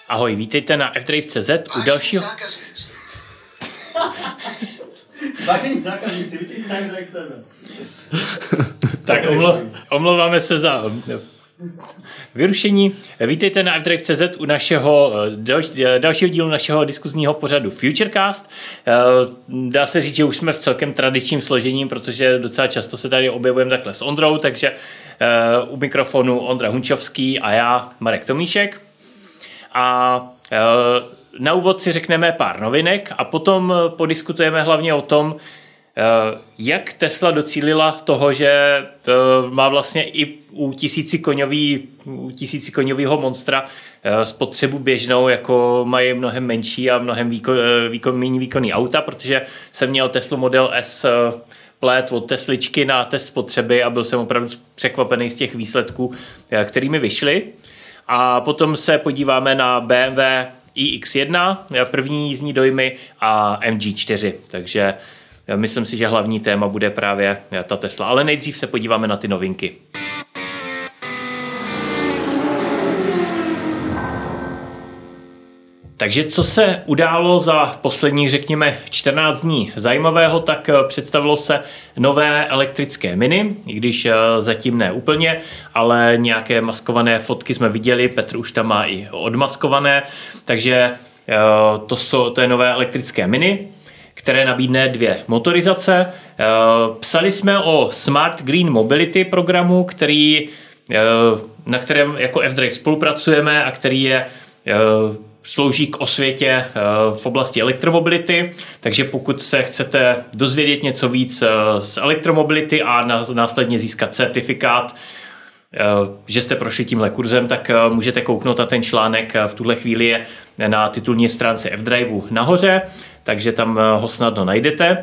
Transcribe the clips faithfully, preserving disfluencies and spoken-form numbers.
Ahoj, vítejte na F Drive tečka cé zet u dalšího... Vážení zákazníci, vítejte na F Drive tečka cé zet. Tak omlo, omlouváme se za vyrušení. Vítejte na F Drive tečka cé zet u našeho dal, dalšího dílu našeho diskuzního pořadu Futurecast. Dá se říct, že už jsme v celkem tradičním složení, protože docela často se tady objevujeme takhle s Ondrou, takže u mikrofonu Ondra Hunčovský a já, Marek Tomíšek. A na úvod si řekneme pár novinek a potom podiskutujeme hlavně o tom, jak Tesla docílila toho, že má vlastně i u tisícikoňový, u tisícikoňovýho monstra spotřebu běžnou, jako mají mnohem menší a mnohem výkon, výkon, méně výkonný auta, protože jsem měl Tesla Model S let od Tesličky na test spotřeby a byl jsem opravdu překvapený z těch výsledků, kterými vyšly. A potom se podíváme na bé em vé í iks jedna, první jízdní dojmy a em gé čtyři, takže myslím si, že hlavní téma bude právě ta Tesla, ale nejdřív se podíváme na ty novinky. Takže co se událo za posledních, řekněme, čtrnáct dní zajímavého, tak představilo se nové elektrické Mini, i když zatím ne úplně, ale nějaké maskované fotky jsme viděli, Petr už tam má i odmaskované, takže to, jsou, to je nové elektrické Mini, které nabídne dvě motorizace. Psali jsme o Smart Green Mobility programu, který, na kterém jako F Drive spolupracujeme a který je slouží k osvětě v oblasti elektromobility, takže pokud se chcete dozvědět něco víc z elektromobility a následně získat certifikát, že jste prošli tímhle kurzem, tak můžete kouknout na ten článek, v tuhle chvíli je na titulní stránce F Driveu nahoře, takže tam ho snadno najdete.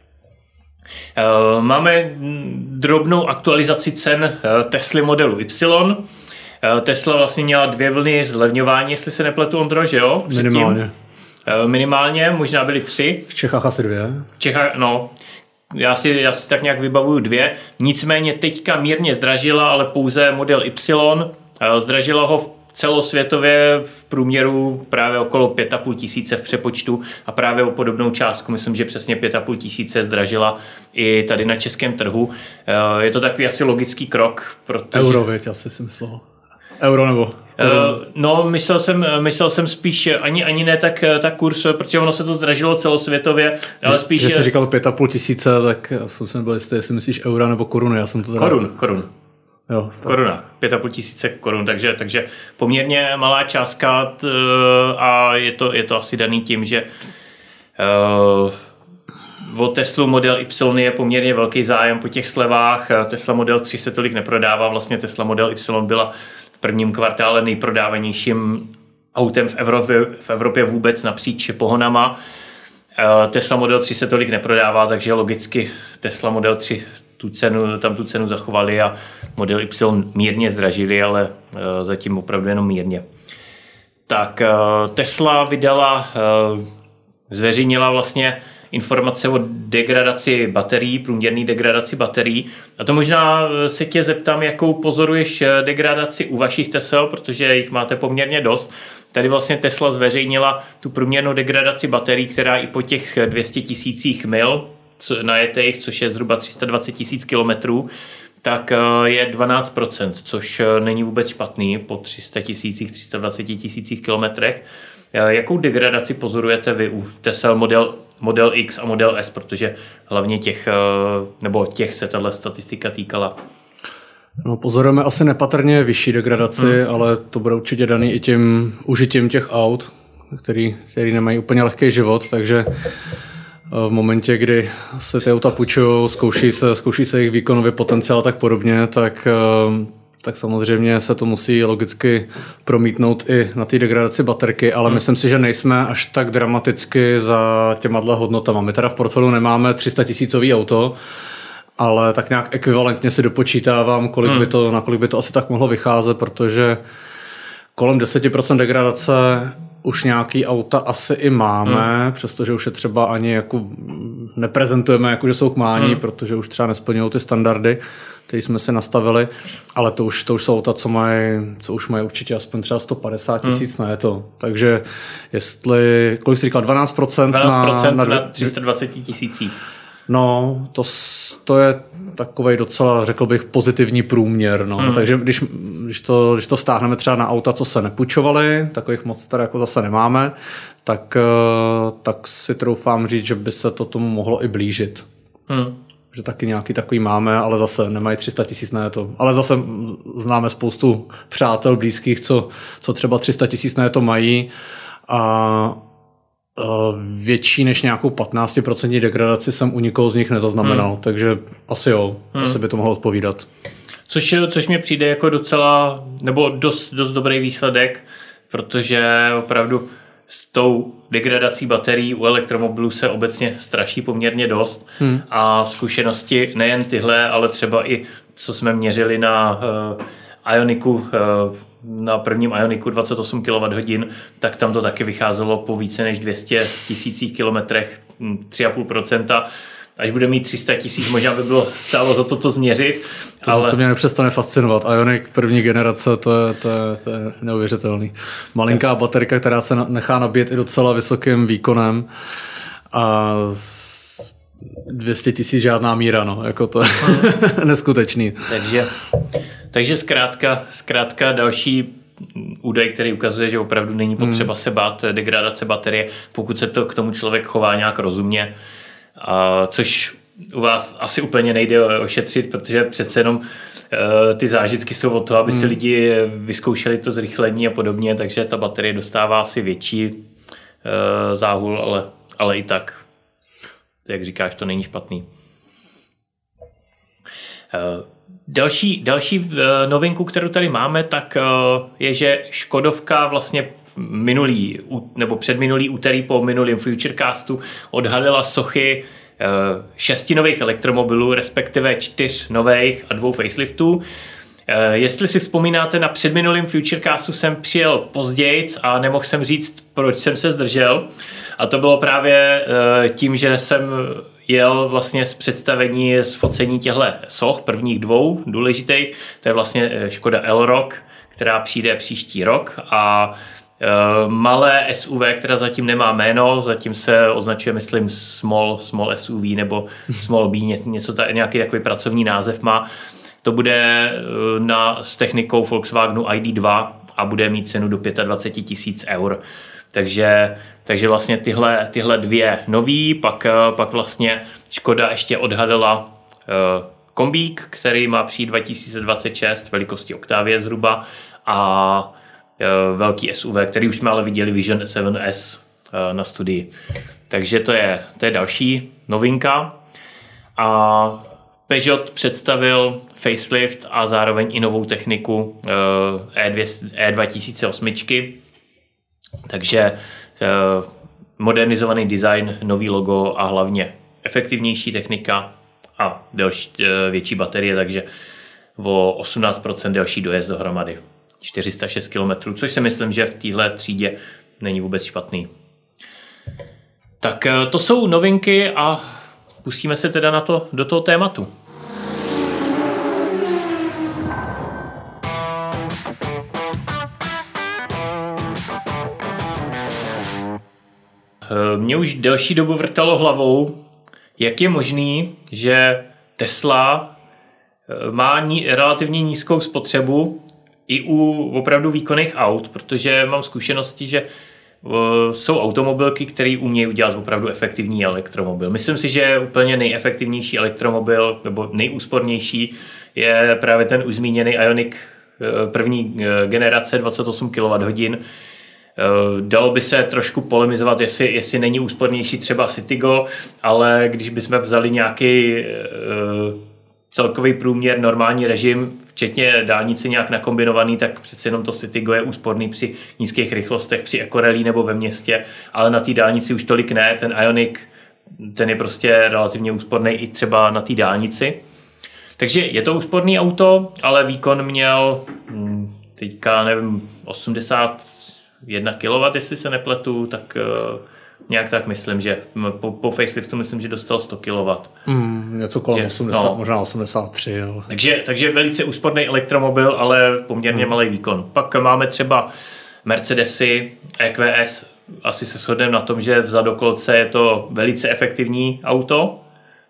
Máme drobnou aktualizaci cen Tesly modelu Y. Tesla vlastně měla dvě vlny zlevňování, jestli se nepletu, Ondro, že jo? Předtím. Minimálně. Minimálně, možná byly tři. V Čechách asi dvě. V Čechách, no. Já si, já si tak nějak vybavuju dvě. Nicméně teďka mírně zdražila, ale pouze model Y. Zdražila ho celosvětově v průměru právě okolo pět a půl tisíce v přepočtu a právě o podobnou částku, myslím, že přesně pět a půl tisíce zdražila i tady na českém trhu. Je to takový asi logický krok, protože... Euro, věď, asi si myslel. Euro nebo? Uh, no, myslel jsem, myslel jsem spíš ani, ani ne tak, tak kurz, protože ono se to zdražilo celosvětově, ale spíš... Když jsi říkal pět a půl tisíce, tak já jsem se nebyl jistý, jestli myslíš eura nebo koruny, já jsem to teda... Korun, korun. Jo, koruna, pět a půl tisíce korun, takže, takže poměrně malá částka t, a je to, je to asi daný tím, že uh, o Teslu Model Y je poměrně velký zájem po těch slevách, Tesla Model tři se tolik neprodává, vlastně Tesla Model Y byla v prvním kvartále nejprodávanějším autem v Evropě, v Evropě vůbec napříč pohonama. Tesla Model tři se tolik neprodává, takže logicky Tesla Model tři tu cenu, tam tu cenu zachovali a Model Y mírně zdražili, ale zatím opravdu jenom mírně. Tak Tesla vydala, zveřejnila vlastně informace o degradaci baterií, průměrné degradaci baterií. A to možná se tě zeptám, jakou pozoruješ degradaci u vašich Tesel, protože jich máte poměrně dost. Tady vlastně Tesla zveřejnila tu průměrnou degradaci baterií, která i po těch dvě stě tisících mil najetých, což je zhruba tři sta dvacet tisíc kilometrů, tak je dvanáct procent, což není vůbec špatný po tři sta tisících, tři sta dvacet tisících kilometrech. Jakou degradaci pozorujete vy u Tesla Model, Model X a Model S, protože hlavně těch, nebo těch se tato statistika týkala? No, pozorujeme asi nepatrně vyšší degradaci, hmm. ale to bude určitě daný i tím užitím těch aut, který, který nemají úplně lehký život, takže v momentě, kdy se ty auta půjčují, zkouší se, zkouší se jejich výkonový potenciál a tak podobně, tak, tak samozřejmě se to musí logicky promítnout i na té degradaci baterky, ale hmm. myslím si, že nejsme až tak dramaticky za těma hodnotama. My teda v portfoliu nemáme tři sta tisícový auto, ale tak nějak ekvivalentně si dopočítávám, kolik hmm. by to, na kolik by to asi tak mohlo vycházet, protože kolem deset procent degradace už nějaký auta asi i máme, hmm. přestože už je třeba ani jako neprezentujeme, jako že jsou k mání, hmm. protože už třeba nesplňují ty standardy, které jsme si nastavili, ale to už, to už jsou auta, co mají, co už mají určitě aspoň třeba sto padesát tisíc hmm. na to. Takže jestli, kolik jsi říkal, dvanáct procent, dvanáct procent na, na, na tři sta dvacet tisících. No, to, to je takovej docela, řekl bych, pozitivní průměr. No. Hmm. Takže když, když, to, když to stáhneme třeba na auta, co se nepůjčovaly, takových moc tady jako zase nemáme, tak, tak si troufám říct, že by se to tomu mohlo i blížit. Hmm. Že taky nějaký takový máme, ale zase nemají tři sta tisíc na to. Ale zase známe spoustu přátel blízkých, co, co třeba tři sta tisíc na to mají a větší než nějakou patnáct procent degradaci jsem u nikoho z nich nezaznamenal, hmm. takže asi jo, hmm. asi by to mohlo odpovídat. Což, což mi přijde jako docela, nebo dost, dost dobrý výsledek, protože opravdu s tou degradací baterií u elektromobilů se obecně straší poměrně dost hmm. a zkušenosti nejen tyhle, ale třeba i co jsme měřili na uh, Ioniku, uh, na prvním Ioniku dvacet osm kilowatthodin, tak tam to taky vycházelo po více než dvě stě tisících kilometrech, tři celá pět procenta. Až bude mít tři sta tisíc, možná by bylo stálo za toto změřit. To, ale... to mě nepřestane fascinovat. Ioniq první generace, to je, to je, to je neuvěřitelný. Malinká tak. baterka, která se nechá nabíjet i docela vysokým výkonem a dvě stě tisíc žádná míra, no, jako to je neskutečný. Takže, takže zkrátka, zkrátka další údaj, který ukazuje, že opravdu není potřeba hmm. se bát degradace baterie, pokud se to k tomu člověk chová nějak rozumně, a což u vás asi úplně nejde ošetřit, protože přece jenom uh, ty zážitky jsou od toho, aby hmm. si lidi vyzkoušeli to zrychlení a podobně, takže ta baterie dostává asi větší uh, záhul, ale, ale i tak, jak říkáš, to není špatný. Uh, další, další novinku, kterou tady máme, tak uh, je, že Škodovka vlastně minulý, nebo předminulý úterý po minulém Futurecastu odhalila sochy uh, šesti nových elektromobilů, respektive čtyř nových a dvou faceliftů. Uh, jestli si vzpomínáte, na předminulém Futurecastu jsem přijel později a nemohl jsem říct, proč jsem se zdržel. A to bylo právě uh, tím, že jsem jel vlastně z představení, z focení těchto soch, prvních dvou důležitých. To je vlastně Škoda Elroq, která přijde příští rok, a uh, malé S U V, která zatím nemá jméno, zatím se označuje, myslím, small, small S U V nebo small B, něco ta, nějaký takový pracovní název má. To bude uh, na, s technikou Volkswagenu I D dva a bude mít cenu do dvacet pět tisíc eur. Takže, takže vlastně tyhle, tyhle dvě nový, pak, pak vlastně Škoda ještě odhadala uh, kombík, který má přijít dva tisíce dvacet šest, velikosti Octavie zhruba, a uh, velký S U V, který už jsme ale viděli, Vision sedm S uh, na studii. Takže to je, to je další novinka. A Peugeot představil facelift a zároveň i novou techniku uh, E dva tisíce osm. Takže uh, modernizovaný design, nový logo a hlavně efektivnější technika a delší, uh, větší baterie, takže o osmnáct procent delší dojezd dohromady. čtyři sta šest kilometrů, což si myslím, že v téhle třídě není vůbec špatný. Tak uh, to jsou novinky a pustíme se teda na to, do toho tématu. Mě už delší dobu vrtalo hlavou, jak je možný, že Tesla má ní, relativně nízkou spotřebu i u opravdu výkonných aut, protože mám zkušenosti, že uh, jsou automobilky, které umějí udělat opravdu efektivní elektromobil. Myslím si, že úplně nejefektivnější elektromobil nebo nejúspornější je právě ten už zmíněný Ioniq uh, první uh, generace dvacet osm kilowatthodin. Dalo by se trošku polemizovat, jestli, jestli není úspornější třeba Citigo, ale když bychom vzali nějaký uh, celkový průměr, normální režim, včetně dálnice nějak nakombinovaný, tak přece jenom to Citigo je úsporný při nízkých rychlostech, při ekorelí nebo ve městě, ale na té dálnici už tolik ne. Ten Ioniq, ten je prostě relativně úsporný i třeba na té dálnici. Takže je to úsporný auto, ale výkon měl teďka, nevím, osmdesát jedna kilowatt, jestli se nepletu, tak nějak tak myslím, že po, po faceliftu myslím, že dostal sto kilowattů. Mm, něco kolem že, osmdesát, no. Možná osmdesát tři. Ale... Takže, takže velice úsporný elektromobil, ale poměrně mm. malý výkon. Pak máme třeba Mercedesy, E Q S, asi se shodneme na tom, že v zadokolce je to velice efektivní auto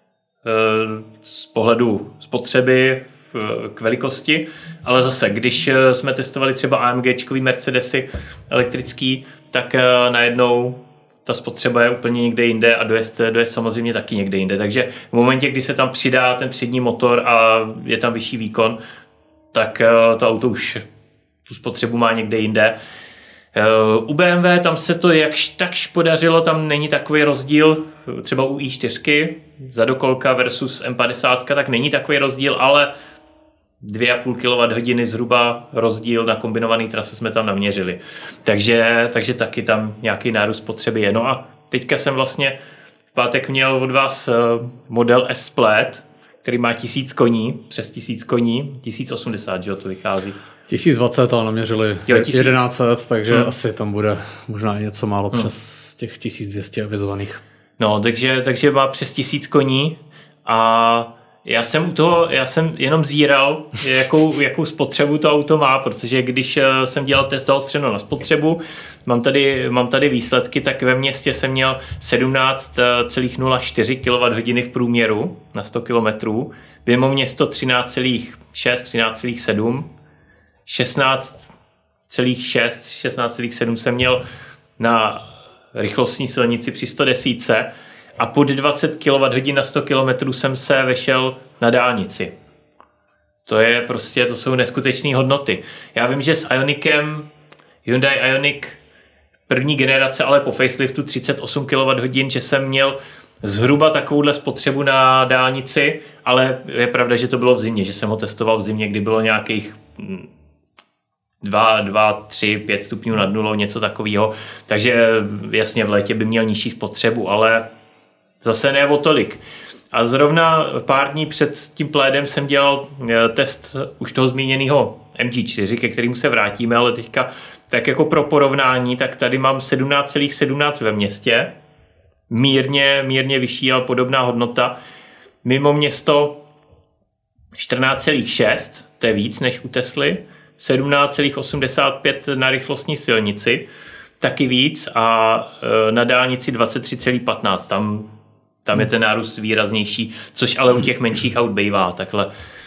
z pohledu spotřeby k velikosti, ale zase, když jsme testovali třeba AMGčkový Mercedesy elektrický, tak najednou ta spotřeba je úplně někde jinde a dojezd, dojezd samozřejmě taky někde jinde. Takže v momentě, kdy se tam přidá ten přední motor a je tam vyšší výkon, tak to auto už tu spotřebu má někde jinde. U B M W tam se to jakž takž podařilo, tam není takový rozdíl, třeba u i čtyři, zadokolka versus M padesát, tak není takový rozdíl, ale dvě a půl kilowatthodiny zhruba rozdíl na kombinovaný trase jsme tam naměřili. Takže, takže taky tam nějaký nárůst spotřeby je. No a teďka jsem vlastně v pátek měl od vás model S-Plaid, který má tisíc koní, přes tisíc koní, tisíc osmdesát, že jo, to vychází. tisíc dvacet, ale naměřili jo, jedenáct set, takže hmm. asi tam bude možná něco málo hmm. přes těch tisíc dvě stě avizovaných. No, takže, takže má přes tisíc koní a já jsem u toho, já jsem jenom zíral, jakou, jakou spotřebu to auto má, protože když jsem dělal test zaostřeno na spotřebu, mám tady, mám tady výsledky, tak ve městě jsem měl sedmnáct celá nula čtyři kilowatthodin v průměru na sto kilometrů, mimo město třináct celá šest, třináct celá sedm, šestnáct celá šest, šestnáct celá sedm jsem měl na rychlostní silnici při sto deset a pod dvacet kilowatthodin na sto kilometrů jsem se vešel na dálnici. To je prostě, to jsou neskutečné hodnoty. Já vím, že s Ioniqem, Hyundai Ioniq první generace, ale po faceliftu třicet osm kilowatthodin, že jsem měl zhruba takovouhle spotřebu na dálnici, ale je pravda, že to bylo v zimě, že jsem ho testoval v zimě, kdy bylo nějakých dva, dva, tři, pět stupňů nad nulou, něco takového. Takže jasně v létě by měl nižší spotřebu, ale zase ne o tolik. A zrovna pár dní před tím plédem jsem dělal test už toho zmíněného M G čtyři, ke kterému se vrátíme, ale teďka tak jako pro porovnání, tak tady mám sedmnáct celá sedmnáct ve městě, mírně, mírně vyšší, ale podobná hodnota. Mimo město čtrnáct celá šest, to je víc než u Tesly, sedmnáct celá osmdesát pět na rychlostní silnici, taky víc a na dálnici dvacet tři celá patnáct, tam, tam je ten nárůst výraznější, což ale u těch menších aut bývá takhle,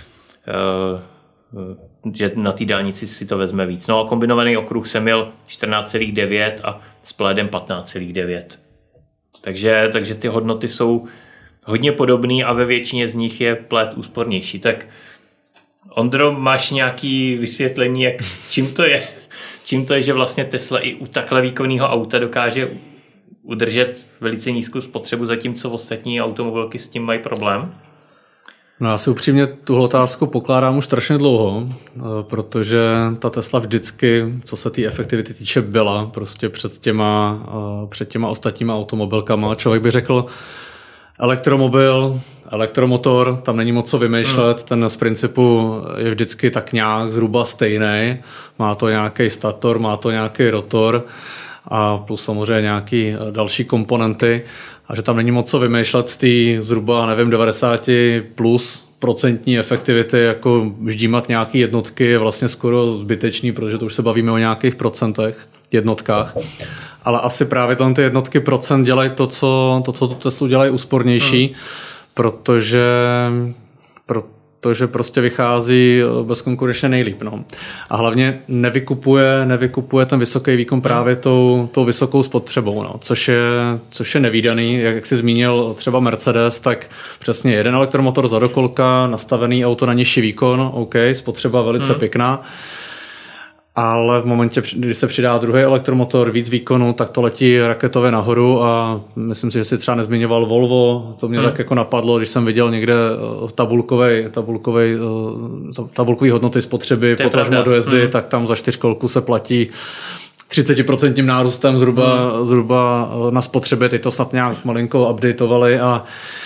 že na té dálnici si to vezme víc. No a kombinovaný okruh jsem měl čtrnáct celá devět a s plédem patnáct celá devět. Takže, takže ty hodnoty jsou hodně podobné a ve většině z nich je pléd úspornější. Tak Ondro, máš nějaké vysvětlení, jak, čím to je? Čím to je, že vlastně Tesla i u takhle výkonného auta dokáže udržet velice nízkou spotřebu, zatímco ostatní automobilky s tím mají problém? No já si upřímně tuhle otázku pokládám už strašně dlouho, protože ta Tesla vždycky, co se té efektivity týče, byla prostě před těma, před těma ostatníma automobilkama. Člověk by řekl, elektromobil, elektromotor, tam není moc co vymýšlet, hmm. ten z principu je vždycky tak nějak zhruba stejný. Má to nějaký stator, má to nějaký rotor a plus samozřejmě nějaký další komponenty. A že tam není moc co vymýšlet z té zhruba, nevím, devadesát plus procentní efektivity, jako ždímat nějaké jednotky je vlastně skoro zbytečný, protože to už se bavíme o nějakých procentech, jednotkách. Ale asi právě tam ty jednotky procent dělají to, co, to, co tu Teslu dělají úspornější, hmm. protože, protože prostě vychází bezkonkurenčně nejlíp. No. A hlavně nevykupuje, nevykupuje ten vysoký výkon právě tou, tou vysokou spotřebou, no. což, je, což je nevídaný. Jak, jak jsi zmínil třeba Mercedes, tak přesně jeden elektromotor za dokolka, nastavený auto na nižší výkon, OK, spotřeba velice hmm. pěkná. Ale v momentě, kdy se přidá druhý elektromotor, víc výkonu, tak to letí raketově nahoru a myslím si, že si třeba nezmiňoval Volvo, to mě hmm. tak jako napadlo, když jsem viděl někde tabulkovej, tabulkovej, tabulkový hodnoty spotřeby, potažmo dojezdy, hmm. tak tam za čtyřkolku se platí třicet procent nárůstem zhruba, hmm. zhruba na spotřebě, teď to snad nějak malinko updateovali a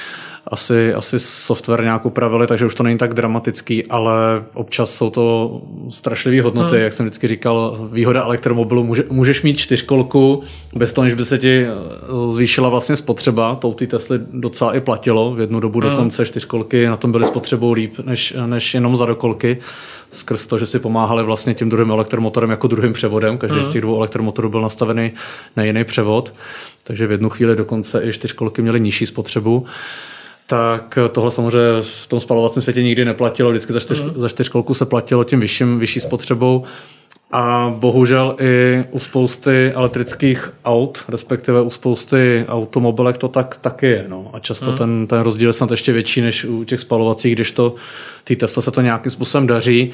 asi, asi software nějak upravili, takže už to není tak dramatický, ale občas jsou to strašlivé hodnoty, hmm. jak jsem vždycky říkal, výhoda elektromobilu, může, můžeš mít čtyřkolku, bez toho, než by se ti zvýšila vlastně spotřeba, to u té Tesly docela i platilo, v jednu dobu hmm. dokonce čtyřkolky na tom byly spotřebou líp, než, než jenom za dokolky, skrz to, že si pomáhali vlastně tím druhým elektromotorem jako druhým převodem, každý hmm. z těch dvou elektromotorů byl nastavený na jiný převod, takže v jednu chvíli dokonce i čtyřkolky měly nižší spotřebu. Tak tohle samozřejmě v tom spalovacím světě nikdy neplatilo, vždycky za, čtyř, mm. za čtyřkolku se platilo tím vyšším, vyšší spotřebou a bohužel i u spousty elektrických aut, respektive u spousty automobilek to tak taky je. No. A často mm. ten, ten rozdíl je snad ještě větší než u těch spalovacích, když to té Tesla se to nějakým způsobem daří.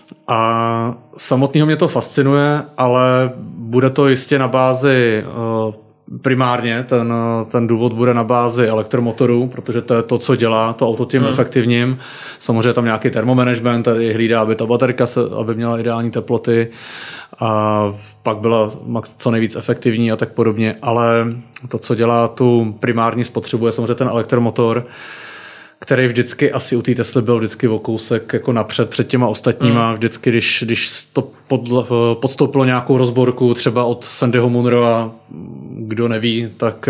A samotného mě to fascinuje, ale bude to jistě na bázi uh, primárně ten, ten důvod bude na bázi elektromotorů, protože to je to, co dělá to auto tím hmm. efektivním. Samozřejmě tam nějaký termomanagement, tady hlídá, aby ta baterka se, aby měla ideální teploty a pak byla max co nejvíc efektivní a tak podobně, ale to, co dělá tu primární spotřebu, je samozřejmě ten elektromotor, který vždycky asi u té Tesly byl vždycky o kousek jako napřed před těma ostatníma. Hmm. Vždycky, když, když to pod, podstoupilo nějakou rozborku, třeba od Sandyho Munroa, kdo neví, tak,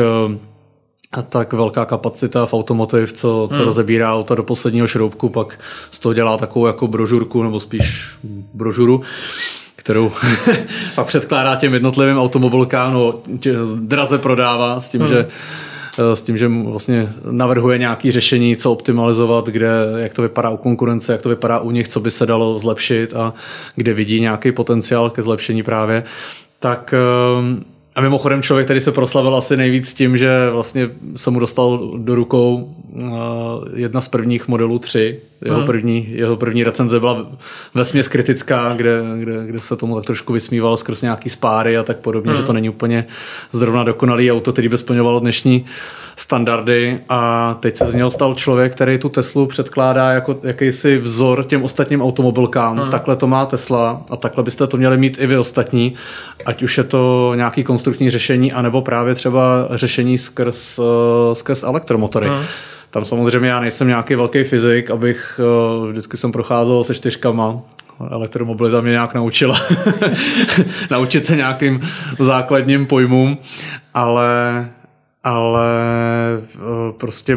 tak velká kapacita v Automotive, co, co hmm. rozebírá auta do posledního šroubku, pak z toho dělá takovou jako brožurku, nebo spíš brožuru, kterou pak předkládá těm jednotlivým automobilkám, no, draze prodává s tím, hmm. že s tím, že vlastně navrhuje nějaké řešení, co optimalizovat, kde, jak to vypadá u konkurence, jak to vypadá u nich, co by se dalo zlepšit a kde vidí nějaký potenciál ke zlepšení právě. Tak a mimochodem člověk, který se proslavil asi nejvíc tím, že vlastně se mu dostal do rukou jedna z prvních modelů tři. Jeho, hmm. první, jeho první recenze byla vesměs kritická, kde, kde, kde se tomu tak trošku vysmíval skrz nějaký spáry a tak podobně, hmm. že to není úplně zrovna dokonalý auto, který by splňovalo dnešní standardy a teď se z něho stal člověk, který tu Teslu předkládá jako jakýsi vzor těm ostatním automobilkám. Hmm. Takhle to má Tesla a takhle byste to měli mít i vy ostatní, ať už je to nějaký konstruktní řešení, anebo právě třeba řešení skrz, skrz elektromotory. Hmm. Tam samozřejmě já nejsem nějaký velký fyzik, abych vždycky jsem procházel se čtyřkama. Elektromobilita mě nějak naučila naučit se nějakým základním pojmům, ale, ale prostě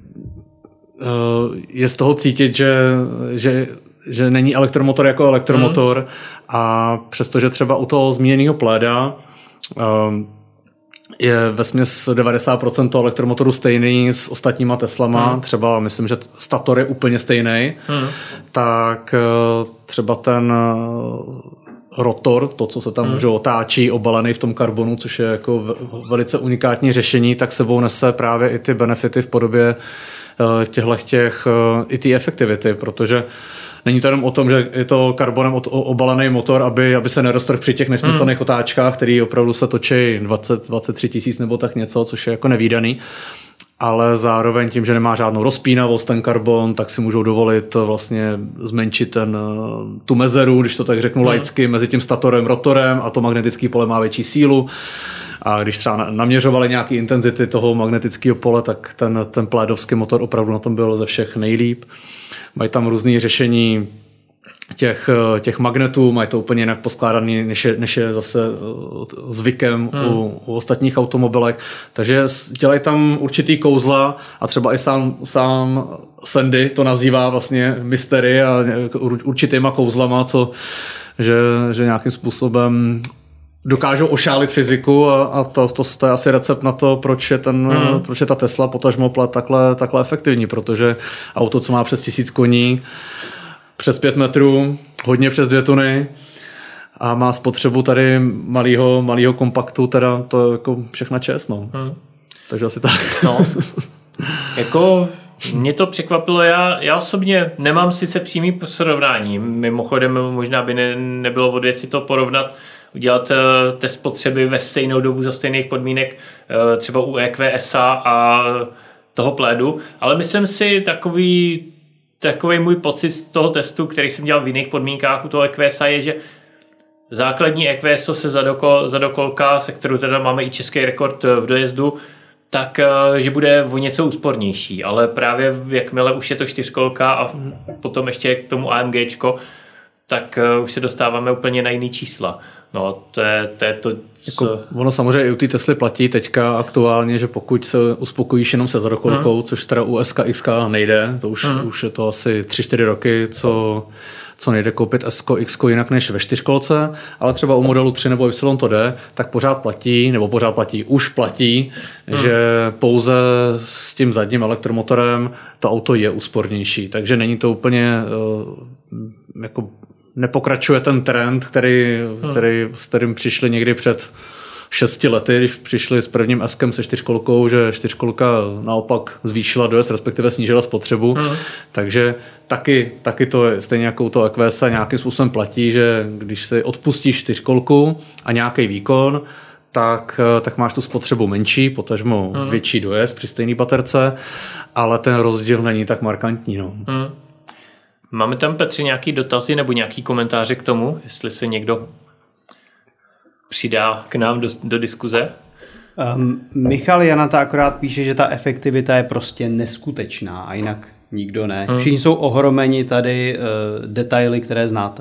je z toho cítit, že, že, že není elektromotor jako elektromotor mm. a přestože třeba u toho zmíněného pléda je vesměs devadesát procent toho elektromotoru stejný s ostatníma Teslama, hmm. třeba myslím, že stator je úplně stejný, hmm. tak třeba ten rotor, to, co se tam hmm. že otáčí, obalený v tom karbonu, což je jako velice unikátní řešení, tak sebou nese právě i ty benefity v podobě těchto těch, i ty efektivity, protože není to jenom o tom, že je to karbonem obalený motor, aby, aby se neroztrhl při těch nesmyslných hmm. otáčkách, který opravdu se točí dvacet, dvacet tři tisíc nebo tak něco, což je jako nevídaný. Ale zároveň tím, že nemá žádnou rozpínavost ten karbon, tak si můžou dovolit vlastně zmenšit ten, tu mezeru, když to tak řeknu hmm. laicky, mezi tím statorem, rotorem a to magnetické pole má větší sílu. A když třeba naměřovali nějaké intenzity toho magnetického pole, tak ten, ten plédovský motor opravdu na tom byl ze všech nejlíp. Mají tam různé řešení těch, těch magnetů, mají to úplně jinak poskládaný, než je, než je zase zvykem hmm. u, u ostatních automobilek. Takže dělají tam určitý kouzla a třeba i sám, sám Sandy to nazývá vlastně mystery a určitýma kouzlama, co, že, že nějakým způsobem dokážou ošálit fyziku a, a to, to, to je asi recept na to, proč je, ten, mm. proč je ta Tesla potažmo plat takhle, takhle efektivní, protože auto, co má přes tisíc koní, přes pět metrů, hodně přes dvě tuny a má spotřebu tady malýho, malýho kompaktu, teda to je jako všechna čest, no. Mm. Takže asi tak. No, jako mě to překvapilo, já, já osobně nemám sice přímý srovnání, mimochodem možná by ne, nebylo od věci to porovnat, udělat test spotřeby ve stejnou dobu za stejných podmínek třeba u E Q S a a toho plédu, ale myslím si takový, takový můj pocit z toho testu, který jsem dělal v jiných podmínkách u toho E Q S a je, že základní E Q S se za, doko, za dokolka, se kterou teda máme i český rekord v dojezdu, tak že bude o něco úspornější, ale právě jakmile už je to čtyřkolka a potom ještě k tomu AMGčko, tak už se dostáváme úplně na jiný čísla. No, to je to, je to co... jako, ono samozřejmě i u té Tesly platí teďka aktuálně, že pokud se uspokojíš jenom se zadokolkou, hmm. což teda u S K X nejde, to už, hmm. už je to asi tři čtyři roky, co, co nejde koupit S K X jinak než ve čtyřkolce, ale třeba u modelu tři nebo Y to jde, tak pořád platí, nebo pořád platí, už platí, hmm. že pouze s tím zadním elektromotorem to auto je úspornější, takže není to úplně uh, jako nepokračuje ten trend, který, hmm. který, s kterým přišli někdy před šesti lety, když přišli s prvním S-kem se čtyřkolkou, že čtyřkolka naopak zvýšila dojezd, respektive snížila spotřebu. Hmm. Takže taky, taky to je stejně jako to E Q S nějakým způsobem platí, že když si odpustíš čtyřkolku a nějaký výkon, tak, tak máš tu spotřebu menší, potažmo hmm. větší dojezd při stejné baterce, ale ten rozdíl není tak markantní. No. Hmm. Máme tam, Petře, nějaký dotazy nebo nějaký komentáře k tomu, jestli se někdo přidá k nám do, do diskuze? Um, Michal Janata akorát píše, že ta efektivita je prostě neskutečná a jinak nikdo ne. Hmm. Všichni jsou ohromeni tady uh, detaily, které znáte.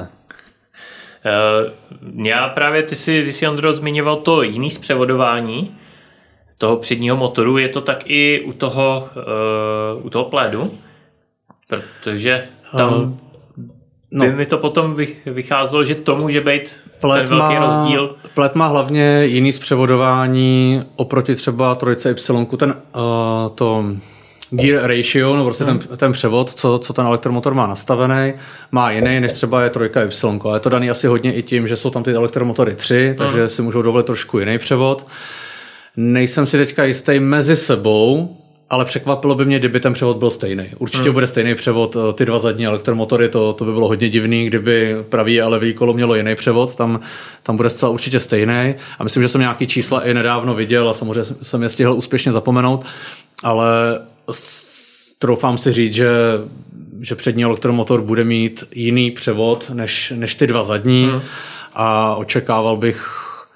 Uh, já právě, ty jsi, ty jsi Ondro zmiňoval to jiný zpřevodování toho předního motoru, je to tak i u toho, uh, u toho plédu, protože tam uh, no. by mi to potom vycházelo, že to může být Plet ten velký má, rozdíl. Plet má hlavně jiný zpřevodování oproti třeba trojce Y, ten uh, to gear ratio, no prostě hmm. ten, ten převod, co, co ten elektromotor má nastavený, má jiný, než třeba je trojka Y. A je to daný asi hodně i tím, že jsou tam ty elektromotory tři, takže hmm. si můžou dovolit trošku jiný převod. Nejsem si teďka jistý mezi sebou, ale překvapilo by mě, kdyby ten převod byl stejný. Určitě hmm. bude stejný převod, ty dva zadní elektromotory, to, to by bylo hodně divný, kdyby pravý a levý kolo mělo jiný převod, tam, tam bude zcela určitě stejný. A myslím, že jsem nějaký čísla i nedávno viděl a samozřejmě jsem je stihl úspěšně zapomenout, ale troufám si říct, že, že přední elektromotor bude mít jiný převod než, než ty dva zadní hmm. a očekával bych,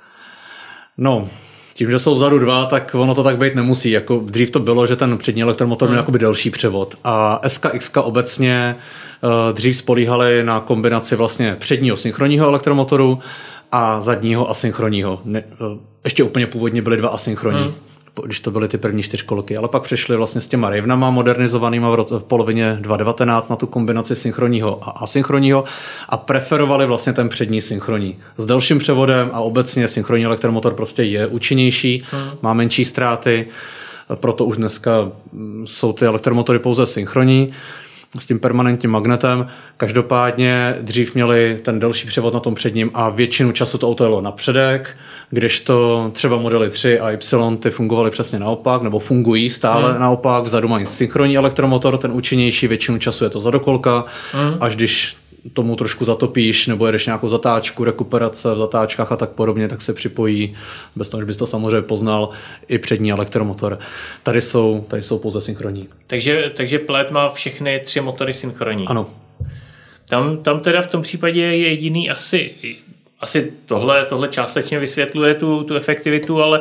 no... Tím, že jsou vzadu dva, tak ono to tak být nemusí. Jako dřív to bylo, že ten přední elektromotor měl hmm. jakoby delší převod. A S K X obecně uh, dřív spolíhaly na kombinaci vlastně předního synchronního elektromotoru a zadního asynchronního. Ne, uh, ještě úplně původně byly dva asynchronní, hmm. když to byly ty první čtyřkolky. Ale pak přešli vlastně s těma Ravenama modernizovanýma v polovině dva tisíce devatenáct na tu kombinaci synchronního a asynchronního a preferovali vlastně ten přední synchronní. S delším převodem a obecně synchronní elektromotor prostě je účinnější, hmm. má menší ztráty, proto už dneska jsou ty elektromotory pouze synchronní s tím permanentním magnetem. Každopádně dřív měli ten delší převod na tom předním a většinu času to auto jelo napředek, kdežto třeba modely tři a Y ty fungovaly přesně naopak, nebo fungují stále hmm. naopak. Vzadu mají synchronní elektromotor, ten účinnější, většinu času je to zadokolka, hmm. až když tomu trošku zatopíš nebo jedeš nějakou zatáčku, rekuperace v zatáčkách a tak podobně, tak se připojí, bez toho, že bys to samozřejmě poznal, i přední elektromotor. Tady jsou, tady jsou pouze synchronní. Takže, takže Plet má všechny tři motory synchronní. Ano. Tam, tam teda v tom případě je jediný asi, asi tohle, tohle částečně vysvětluje tu, tu efektivitu, ale uh,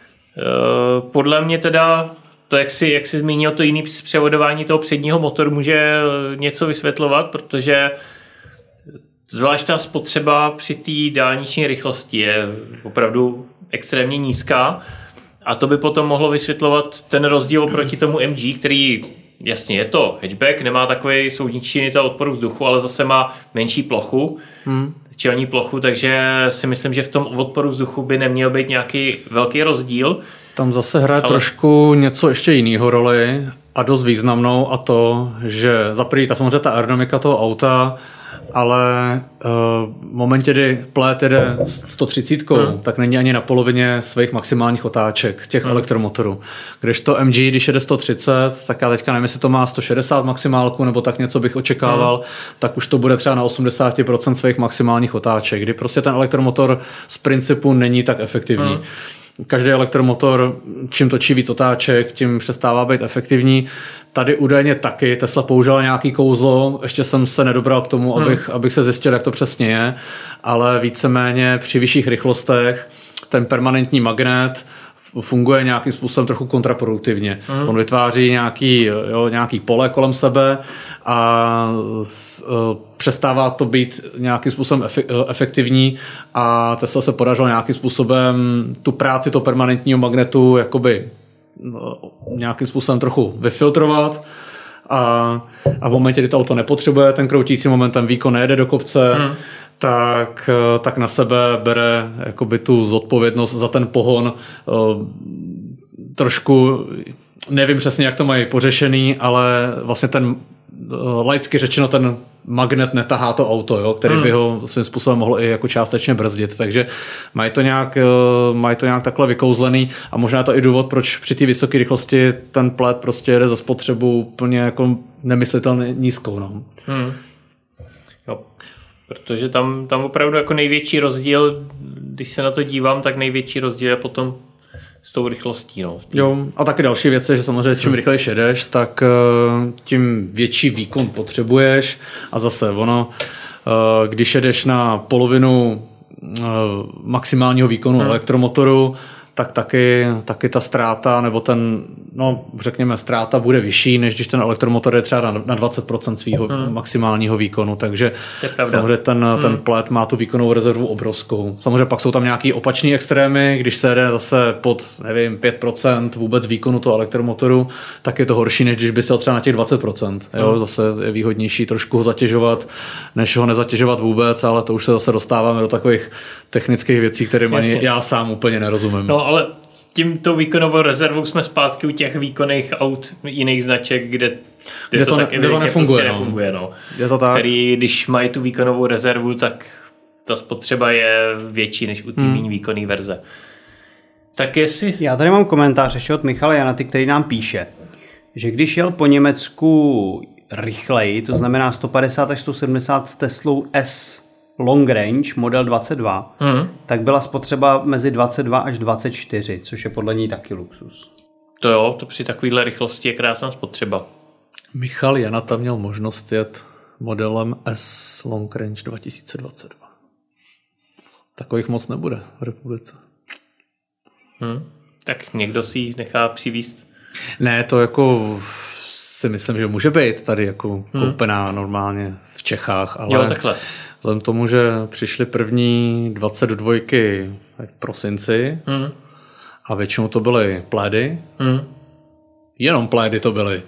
podle mě teda to, jak jsi, jak jsi zmínil, to jiný převodování toho předního motoru může něco vysvětlovat, protože zvlášť ta spotřeba při té dálniční rychlosti je opravdu extrémně nízká a to by potom mohlo vysvětlovat ten rozdíl oproti tomu M G, který jasně je to hatchback, nemá takový soudničný odpor vzduchu, ale zase má menší plochu, hmm. čelní plochu, takže si myslím, že v tom odporu vzduchu by neměl být nějaký velký rozdíl. Tam zase hraje ale... trošku něco ještě jiného roli a dost významnou a to, že za první ta samozřejmě ta aerodynamika toho auta, ale uh, v momentě, kdy Plet jede sto třicet, hmm. tak není ani na polovině svých maximálních otáček těch hmm. elektromotorů. Kdežto M G, když jede sto třicet, tak já teďka nevím, jestli to má sto šedesát maximálku, nebo tak něco bych očekával, hmm. tak už to bude třeba na osmdesát procent svých maximálních otáček, kdy prostě ten elektromotor z principu není tak efektivní. Hmm. Každý elektromotor, čím točí víc otáček, tím přestává být efektivní. Tady údajně taky Tesla použila nějaký kouzlo, ještě jsem se nedobral k tomu, hmm. abych, abych se zjistil, jak to přesně je, ale víceméně při vyšších rychlostech ten permanentní magnet funguje nějakým způsobem trochu kontraproduktivně. Mm. On vytváří nějaký, jo, nějaký pole kolem sebe a s, uh, přestává to být nějakým způsobem efektivní a Tesla se podařilo nějakým způsobem tu práci toho permanentního magnetu jakoby no, nějakým způsobem trochu vyfiltrovat a, a v momentě, kdy to auto nepotřebuje ten kroutící moment, ten výkon nejede do kopce, mm. tak, tak na sebe bere jakoby tu zodpovědnost za ten pohon trošku, nevím přesně, jak to mají pořešený, ale vlastně ten laicky řečeno ten magnet netahá to auto, jo, který hmm. by ho svým způsobem mohl i jako částečně brzdit, takže mají to nějak, mají to nějak takhle vykouzlený a možná to i důvod, proč při té vysoké rychlosti ten plet prostě jede za spotřebu úplně jako nemyslitelně nízkou. No. Hmm. Jo, protože tam, tam opravdu jako největší rozdíl, když se na to dívám, tak největší rozdíl je potom s tou rychlostí. No, jo, a taky další věc je, že samozřejmě čím rychleji jedeš, tak tím větší výkon potřebuješ a zase ono, když jedeš na polovinu maximálního výkonu hmm. elektromotoru, tak taky, taky ta ztráta, nebo ten, no řekněme, ztráta bude vyšší, než když ten elektromotor je třeba na, na dvacet procent svého hmm. maximálního výkonu, takže samozřejmě ten, hmm. ten plet má tu výkonovou rezervu obrovskou. Samozřejmě pak jsou tam nějaký opačný extrémy, když se jede zase pod, nevím, pět procent vůbec výkonu toho elektromotoru, tak je to horší, než když by se třeba na těch dvacet procent. Jo? Hmm. Zase je výhodnější trošku ho zatěžovat, než ho nezatěžovat vůbec, ale to už se zase dostáváme do takových technických věcí, kterým ani já sám úplně nerozumím. No, ale tímto výkonovou rezervou jsme zpátky u těch výkonných aut jiných značek, kde, kde, kde to, to ne, tak kde to nefunguje. Prostě no. nefunguje no. Je to tak. Který, když mají tu výkonovou rezervu, tak ta spotřeba je větší než u té hmm. méně výkonné verze. Tak jestli... Já tady mám komentář ještě od Michala Janaty, který nám píše, že když jel po Německu rychleji, to znamená sto padesát až sto sedmdesát s Teslou S Long Range model dvacet dva, hmm. tak byla spotřeba mezi dvacet dva až dvacet čtyři, což je podle ní taky luxus. To jo, to při takovéhle rychlosti je krásná spotřeba. Michal Janata měl možnost jet modelem S Long Range dva tisíce dvacet dva. Takových moc nebude v republice. Hmm. Tak někdo si ji nechá přivízt. Ne, to jako si myslím, že může být tady jako koupená hmm. normálně v Čechách, ale... Jo, takhle. Vzhledem tomu, že přišly první dvacet dva v prosinci mm. a většinou to byly plédy. Mm. Jenom plédy to byly.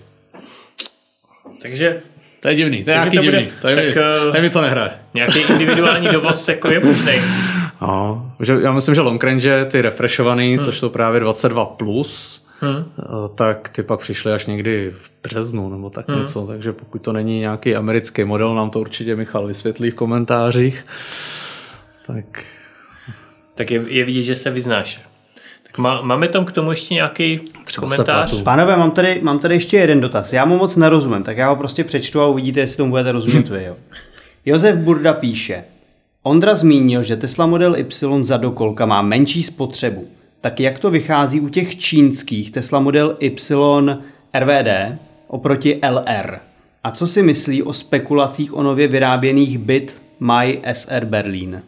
Takže... To je divný, to je nějaký to divný. Bude, to je tak, nevím, co nehraje. Nějaký individuální dovoz jako je možný. No, že já myslím, že long range, ty refreshovaný, mm. což jsou právě dvacet dva plus, Hmm. tak ty pak přišly až někdy v březnu nebo tak hmm. něco, takže pokud to není nějaký americký model, nám to určitě Michal vysvětlí v komentářích. Tak, tak je, je vidět, že se vyznáš. Tak má, máme tam k tomu ještě nějaký třeba komentář? Pánové, mám tady, mám tady ještě jeden dotaz. Já mu moc nerozumím, tak já ho prostě přečtu a uvidíte, jestli tomu budete rozumět vy. Jo. Josef Burda píše, Ondra zmínil, že Tesla Model Y za dokolka má menší spotřebu. Tak jak to vychází u těch čínských Tesla Model Y R V D oproti L R? A co si myslí o spekulacích o nově vyráběných Bit My S R Berlin?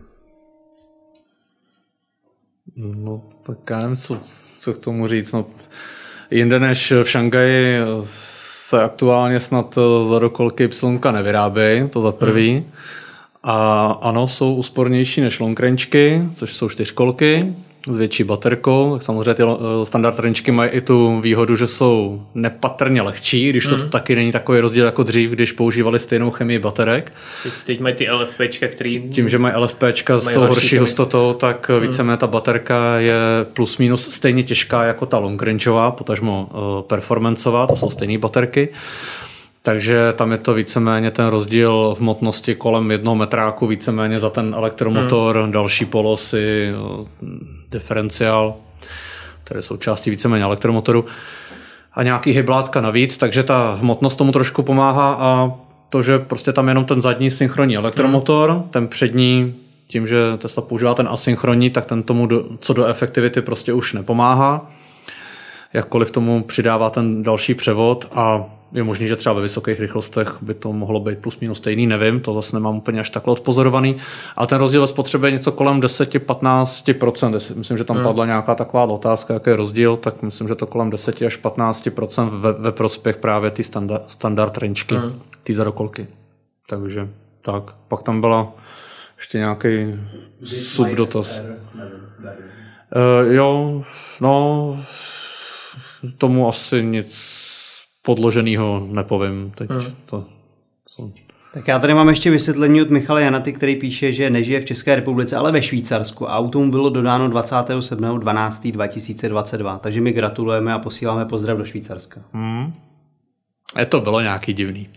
No tak já nevím, co, co k tomu říct. No, jinde než v Šangaji se aktuálně snad za dokolky Y nevyrábějí, to za prvý. Hmm. A ano, jsou úspornější než longrangeky, což jsou čtyřkolky s větší baterkou. Tak samozřejmě ty standard rangeky mají i tu výhodu, že jsou nepatrně lehčí, když to mm. taky není takový rozdíl jako dřív, když používali stejnou chemii baterek. Teď, teď mají ty LFPčka, který... Tím, že mají LFPčka s tou horší hustotou, tak mm. víceméně ta baterka je plus minus stejně těžká jako ta longrangeová, potažmo uh, performancová, to jsou stejné baterky. Takže tam je to víceméně ten rozdíl v hmotnosti kolem jednoho metráku, víceméně za ten elektromotor, hmm. další polosy, diferenciál, které jsou části víceméně elektromotoru a nějaký hyblátka navíc, takže ta hmotnost tomu trošku pomáhá a to, že prostě tam jenom ten zadní synchronní elektromotor, hmm. ten přední, tím, že Tesla používá ten asynchronní, tak ten tomu do, co do efektivity prostě už nepomáhá. Jakkoliv tomu přidává ten další převod a je možný, že třeba ve vysokých rychlostech by to mohlo být plus minus stejný, nevím, to zase nemám úplně až takhle odpozorovaný, ale ten rozdíl ve spotřebě je něco kolem deset až patnáct procent. Myslím, že tam hmm. padla nějaká taková otázka, jaký je rozdíl, tak myslím, že to kolem deset až patnáct procent ve, ve prospěch právě ty standard, standard rangeky, hmm. ty zadokolky. Takže tak, pak tam byla ještě nějaký subdotaz. Uh, jo, no, tomu asi nic podloženého nepovím teď. Hmm. To, to... Tak já tady mám ještě vysvětlení od Michala Janaty, který píše, že nežije v České republice, ale ve Švýcarsku a auto mu bylo dodáno dvacátého sedmého dvanáctého dva tisíce dvacet dva. Takže my gratulujeme a posíláme pozdrav do Švýcarska. Hmm. Je to bylo nějaký divný.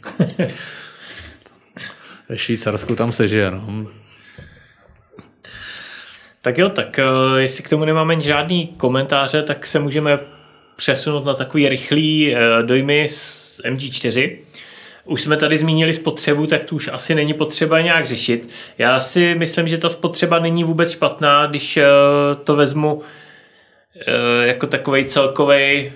Ve Švýcarsku tam se žije, no. Tak jo, tak jestli k tomu nemáme žádný komentáře, tak se můžeme přesunout na takový rychlý dojmy z M G čtyři. Už jsme tady zmínili spotřebu, tak tu už asi není potřeba nějak řešit. Já si myslím, že ta spotřeba není vůbec špatná, když to vezmu jako takovej celkovej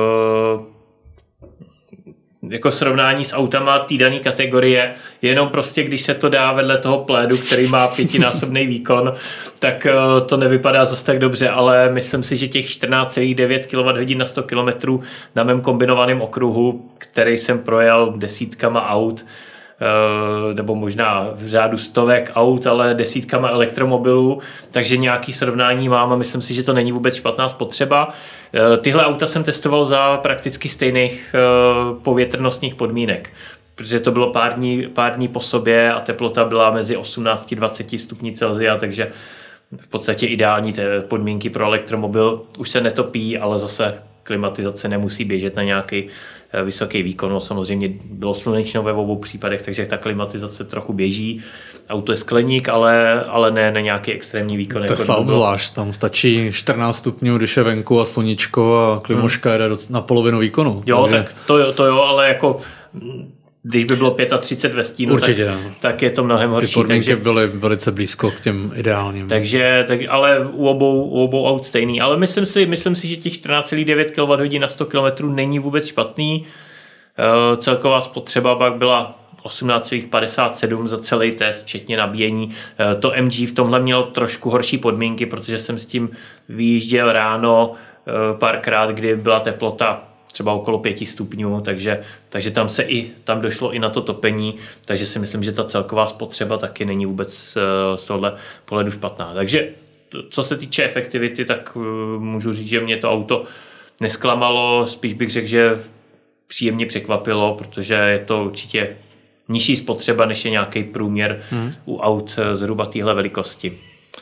jako srovnání s autama té dané kategorie, jenom prostě když se to dá vedle toho plédu, který má pětinásobný výkon, tak to nevypadá zase tak dobře, ale myslím si, že těch čtrnáct celá devět kilowatthodin na sto kilometrů na mém kombinovaném okruhu, který jsem projel desítkama aut, nebo možná v řádu stovek aut, ale desítkama elektromobilů, takže nějaký srovnání mám a myslím si, že to není vůbec špatná spotřeba. Tyhle auta jsem testoval za prakticky stejných povětrnostních podmínek, protože to bylo pár dní, pár dní po sobě a teplota byla mezi osmnáct až dvacet stupňů Celsia, takže v podstatě ideální té podmínky pro elektromobil. Už se netopí, ale zase klimatizace nemusí běžet na nějaký vysoký výkon. No, samozřejmě bylo slunečno ve obou případech, takže ta klimatizace trochu běží. Auto je skleník, ale, ale ne na nějaký extrémní výkon. Tesla jako obzvlášť, tam stačí čtrnáct stupňů, když je venku a sluníčko a klimoška hmm. jede na polovinu výkonu. Jo, takže... tak to jo, to jo, ale jako když by bylo třicet pět ve stínu, určitě, tak, tak je to mnohem horší. Ty podmínky takže, byly velice blízko k těm ideálním. Takže, tak, ale u obou, u obou aut stejný. Ale myslím si, myslím si, že těch čtrnáct celá devět kilowatthodin na sto kilometrů není vůbec špatný. E, celková spotřeba pak byla osmnáct celá padesát sedm za celý test, včetně nabíjení. E, to M G v tomhle měl trošku horší podmínky, protože jsem s tím vyjížděl ráno e, párkrát, kdy byla teplota třeba okolo pěti stupňů, takže, takže tam se i, tam došlo i na to topení, takže si myslím, že ta celková spotřeba taky není vůbec z tohle pohledu špatná. Takže co se týče efektivity, tak můžu říct, že mě to auto nesklamalo, spíš bych řekl, že příjemně překvapilo, protože je to určitě nižší spotřeba, než je nějaký průměr hmm. u aut zhruba téhle velikosti.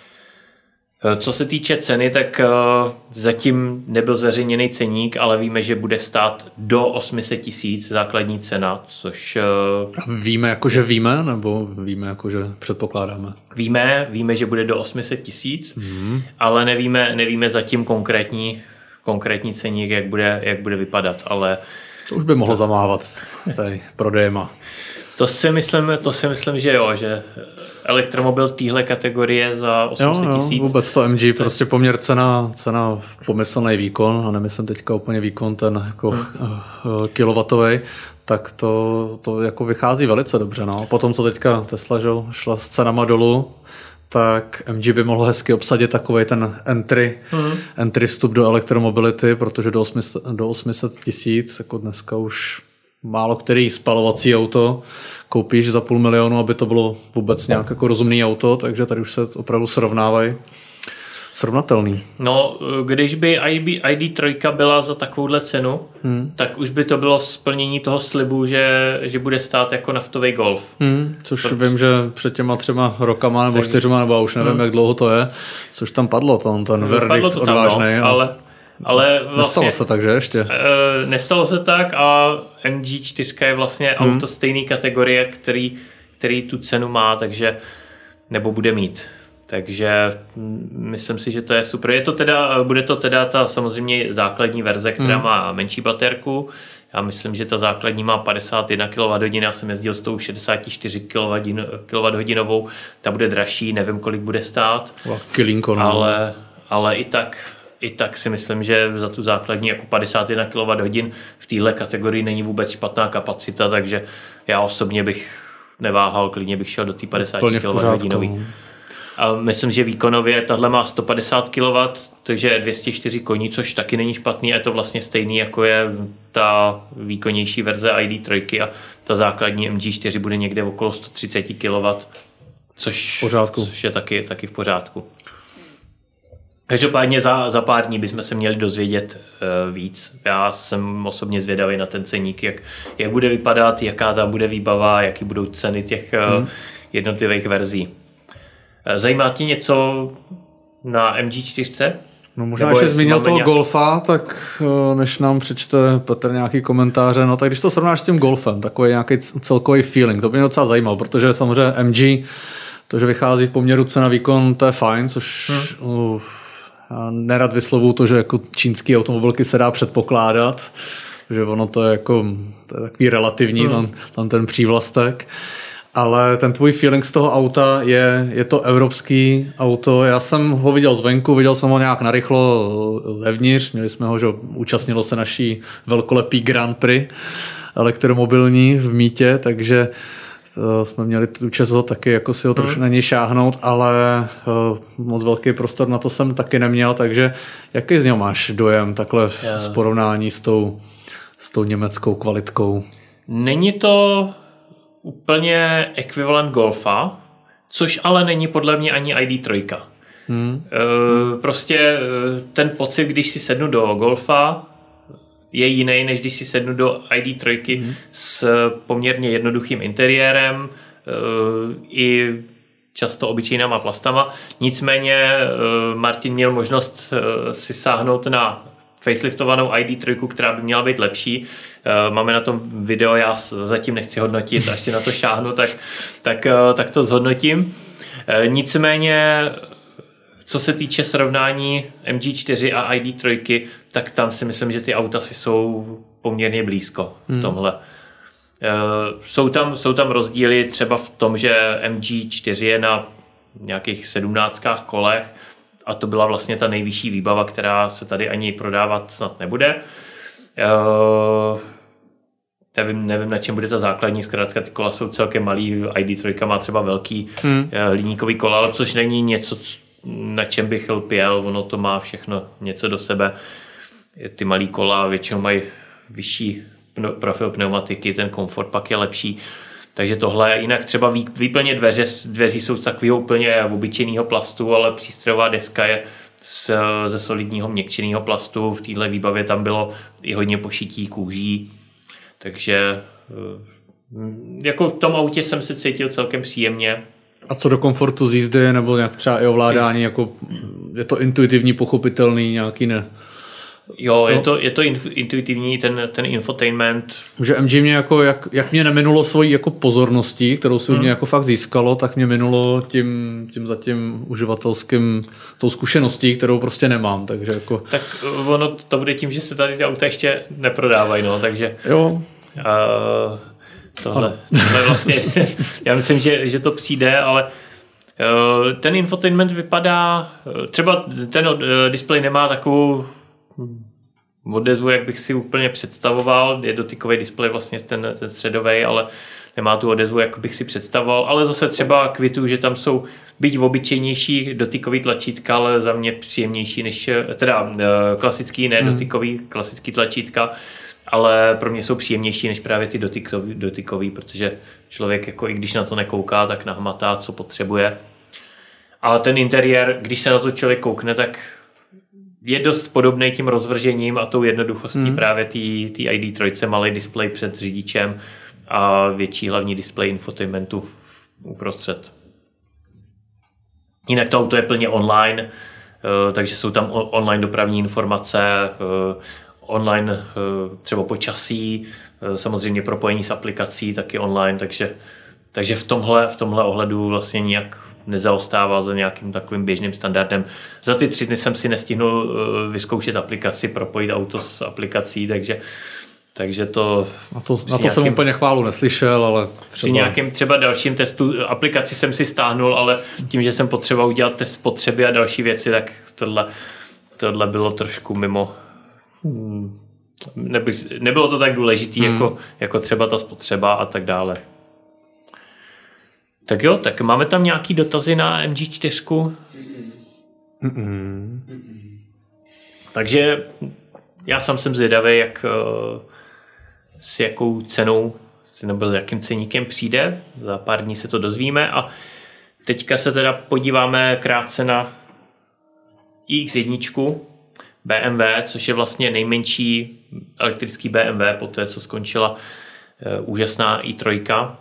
Co se týče ceny, tak zatím nebyl zveřejněný ceník, ale víme, že bude stát do osm set tisíc základní cena, což... Víme jako, že víme, nebo víme jako, že předpokládáme? Víme, víme, že bude do osm set tisíc, hmm. ale nevíme, nevíme zatím konkrétní, konkrétní ceník, jak bude, jak bude vypadat, ale... To už by mohlo to... zamávat tady prodejema. To si myslím, to si myslím, že jo, že elektromobil téhle kategorie za osm set tisíc. Vůbec to M G, to prostě poměr cena, cena pomyslný výkon, a nemyslím teďka úplně výkon ten jako hmm. kilowatový, tak to, to jako vychází velice dobře. No. Potom, co teďka Tesla že, šla s cenama dolů, tak M G by mohlo hezky obsadit takovej ten entry, hmm. entry vstup do elektromobility, protože do osm set tisíc, jako dneska už málo který spalovací auto koupíš za půl milionu, aby to bylo vůbec nějak jako rozumný auto, takže tady už se opravdu srovnávají. Srovnatelný. No, když by I D tři byla za takovouhle cenu, hmm. tak už by to bylo splnění toho slibu, že, že bude stát jako naftový Golf. Hmm, což to... vím, že před těma třema rokama nebo tak... čtyřma, nebo už nevím, hmm. jak dlouho to je, což tam padlo, tam ten verdikt odvážnej. No, ale... Ale vlastně, nestalo se tak, že ještě? E, nestalo se tak a M G čtyři je vlastně hmm. auto stejné kategorie, který, který tu cenu má, takže nebo bude mít. Takže myslím si, že to je super. Je to teda, bude to teda ta samozřejmě základní verze, která hmm. má menší baterku. Já myslím, že ta základní má padesát jedna kilowatthodin, já jsem jezdil s tou šedesát čtyři kilowatthodin, ta bude dražší, nevím, kolik bude stát. Kilinko, no. ale, ale i tak i tak si myslím, že za tu základní jako padesát jedna kilowatthodin v téhle kategorii není vůbec špatná kapacita, takže já osobně bych neváhal, klidně bych šel do té padesát kilowatthodin. A myslím, že výkonově tahle má sto padesát kilowattů, takže je dvě stě čtyři koní, což taky není špatný a je to vlastně stejný, jako je ta výkonnější verze I D tři a ta základní M G čtyři bude někde okolo sto třicet kilowattů, což, což je taky, taky v pořádku. Každopádně za, za pár dní bychom se měli dozvědět uh, víc. Já jsem osobně zvědavý na ten ceník, jak, jak bude vypadat, jaká tam bude výbava, jaký budou ceny těch uh, hmm. jednotlivých verzí. Zajímá tě něco na M G čtyři? No možná, když jsi zmínil toho nějak... Golfa, tak než nám přečte Petr nějaký komentáře, no tak když to srovnáš s tím Golfem, takový nějaký celkový feeling, to by mě docela zajímalo, protože samozřejmě M G, to, že vychází v poměru cena výkon, to je fajn, což hmm. uh, já nerad vyslovuju to, že jako čínský automobilky se dá předpokládat, že ono to je jako to je takový relativní, hmm. tam, tam ten přívlastek. Ale ten tvůj feeling z toho auta je, je to evropský auto. Já jsem ho viděl zvenku, viděl jsem ho nějak narychlo zevnitř. Měli jsme ho, že účastnilo se naší velkolepý Grand Prix elektromobilní v Mítě, takže jsme měli tu čest ho taky jako si ho trošku hmm. na něj šáhnout, ale moc velký prostor na to jsem taky neměl, takže jaký z něho máš dojem takhle v yeah. porovnání s tou, s tou německou kvalitkou? Není to úplně ekvivalent Golfa, což ale není podle mě ani I D tři. Hmm. E, prostě ten pocit, když si sednu do Golfa, je jiný, než když si sednu do I D tři hmm. s poměrně jednoduchým interiérem e, i často obyčejnýma plastama. Nicméně e, Martin měl možnost e, si sáhnout na faceliftovanou I D tři, která by měla být lepší. Máme na tom video, já zatím nechci hodnotit, až si na to šáhnu, tak, tak, tak to zhodnotím. Nicméně, co se týče srovnání M G čtyři a I D tři, tak tam si myslím, že ty auta si jsou poměrně blízko v tomhle. Hmm. Jsou tam, jsou tam rozdíly třeba v tom, že M G čtyři je na nějakých sedmnáctkách kolech, a to byla vlastně ta nejvyšší výbava, která se tady ani prodávat snad nebude. Uh, nevím, nevím, na čem bude ta základní, zkrátka ty kola jsou celkem malý, I D tři má třeba velký hmm. uh, hliníkový kola, ale což není něco, na čem bych lpěl, ono to má všechno něco do sebe. Ty malý kola většinou mají vyšší profil pneumatiky, ten komfort pak je lepší. Takže tohle, jinak třeba výplně dveře, dveří jsou z takového úplně obyčejného plastu, ale přístrojová deska je z, ze solidního měkčeného plastu. V téhle výbavě tam bylo i hodně pošití kůží. Takže jako v tom autě jsem se cítil celkem příjemně. A co do komfortu z jízdy nebo nějak třeba i ovládání, jako je to intuitivní, pochopitelný, nějaký ne? Jo, je to, je to intuitivní, ten, ten infotainment. Že M G mě jako, jak, jak mě neminulo svojí jako pozorností, kterou si hmm. mě jako fakt získalo, tak mě minulo tím, tím zatím uživatelským tou zkušeností, kterou prostě nemám, takže jako... Tak ono to bude tím, že se tady ty auta ještě neprodávají, no, takže... Jo. Uh, tohle, tohle vlastně, já myslím, že, že to přijde, ale uh, ten infotainment vypadá, třeba ten uh, displej nemá takovou odezvu, jak bych si úplně představoval. Je dotykový displej vlastně ten, ten středový, ale nemá tu odezvu, jak bych si představoval. Ale zase třeba kvituju, že tam jsou byť obyčejnější dotykový tlačítka, ale za mě příjemnější než, teda klasický, ne dotykový, klasický tlačítka, ale pro mě jsou příjemnější než právě ty dotykový, dotykový, protože člověk jako i když na to nekouká, tak nahmatá, co potřebuje. Ale ten interiér, když se na to člověk koukne, tak je dost podobný tím rozvržením a tou jednoduchostí hmm. právě té I D tři, malý displej před řidičem a větší hlavní displej infotainmentu uprostřed. Jinak to auto je plně online, takže jsou tam online dopravní informace, online třeba počasí, samozřejmě propojení s aplikací taky online, takže, takže v tomhle, v tomhle ohledu vlastně nijak nezaostává za nějakým takovým běžným standardem. Za ty tři dny jsem si nestihnul vyzkoušet aplikaci, propojit auto s aplikací, takže, takže to... Na to, na to nějakým, jsem úplně chválu neslyšel, ale třeba... Při nějakým třeba dalším testu aplikaci jsem si stáhnul, ale tím, že jsem potřeboval udělat test spotřeby a další věci, tak tohle tohle bylo trošku mimo. Neby, nebylo to tak důležitý, hmm. jako, jako třeba ta spotřeba a tak dále. Tak jo, tak máme tam nějaký dotazy na M G čtyři? Mm-mm. Takže já sám jsem zvědavý, jak, s jakou cenou nebo s jakým ceníkem přijde. Za pár dní se to dozvíme a teďka se teda podíváme krátce na i X jedna B M W, což je vlastně nejmenší elektrický B M W po té, co skončila úžasná i tři.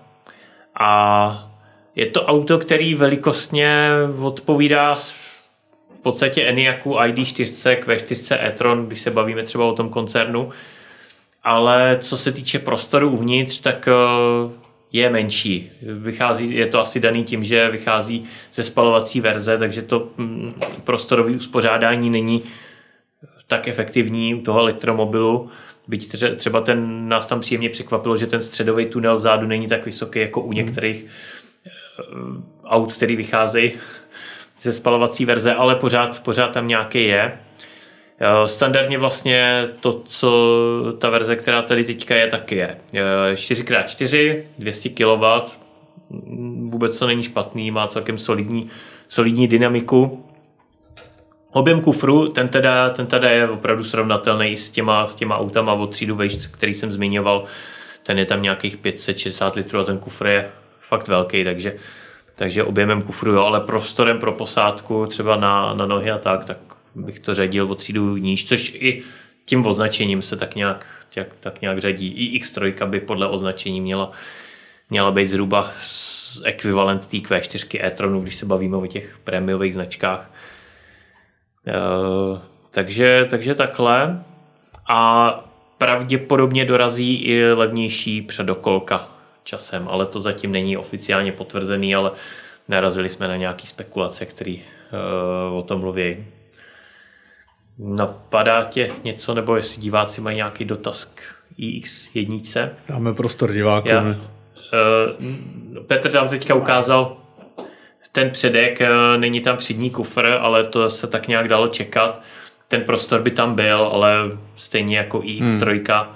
A je to auto, který velikostně odpovídá v podstatě Enyaqu I D čtyři, Q čtyři e-tron, když se bavíme třeba o tom koncernu. Ale co se týče prostoru uvnitř, tak je menší. Vychází, je to asi daný tím, že vychází ze spalovací verze, takže to prostorové uspořádání není tak efektivní u toho elektromobilu. Byť třeba ten, nás tam příjemně překvapilo, že ten středový tunel vzadu není tak vysoký jako u některých aut, který vycházejí ze spalovací verze, ale pořád, pořád tam nějaký je. Standardně vlastně to, co ta verze, která tady teďka je, taky je. čtyři krát čtyři, dvě stě kilowattů, vůbec to není špatný, má celkem solidní, solidní dynamiku. Objem kufru, ten teda, ten teda je opravdu srovnatelný s těma, s těma autama od třídu vejš, který jsem zmiňoval. Ten je tam nějakých pět set šedesát litrů a ten kufr je fakt velký, takže, takže objemem kufru, jo, ale prostorem pro posádku, třeba na, na nohy a tak, tak bych to řadil o třídu níž, což i tím označením se tak nějak, tak, tak nějak řadí. I X tři by podle označení měla, měla být zhruba ekvivalent té Q čtyři e-tronu, když se bavíme o těch prémiových značkách. Uh, takže, takže takhle. A pravděpodobně dorazí i levnější předokolka časem, ale to zatím není oficiálně potvrzený, ale narazili jsme na nějaké spekulace, které uh, o tom mluví. Napadá tě něco, nebo jestli diváci mají nějaký dotaz k i X jedna? Dáme prostor divákům. Já, uh, Petr tam teďka ukázal ten předek, uh, není tam přední kufr, ale to se tak nějak dalo čekat. Ten prostor by tam byl, ale stejně jako i X tři, hmm.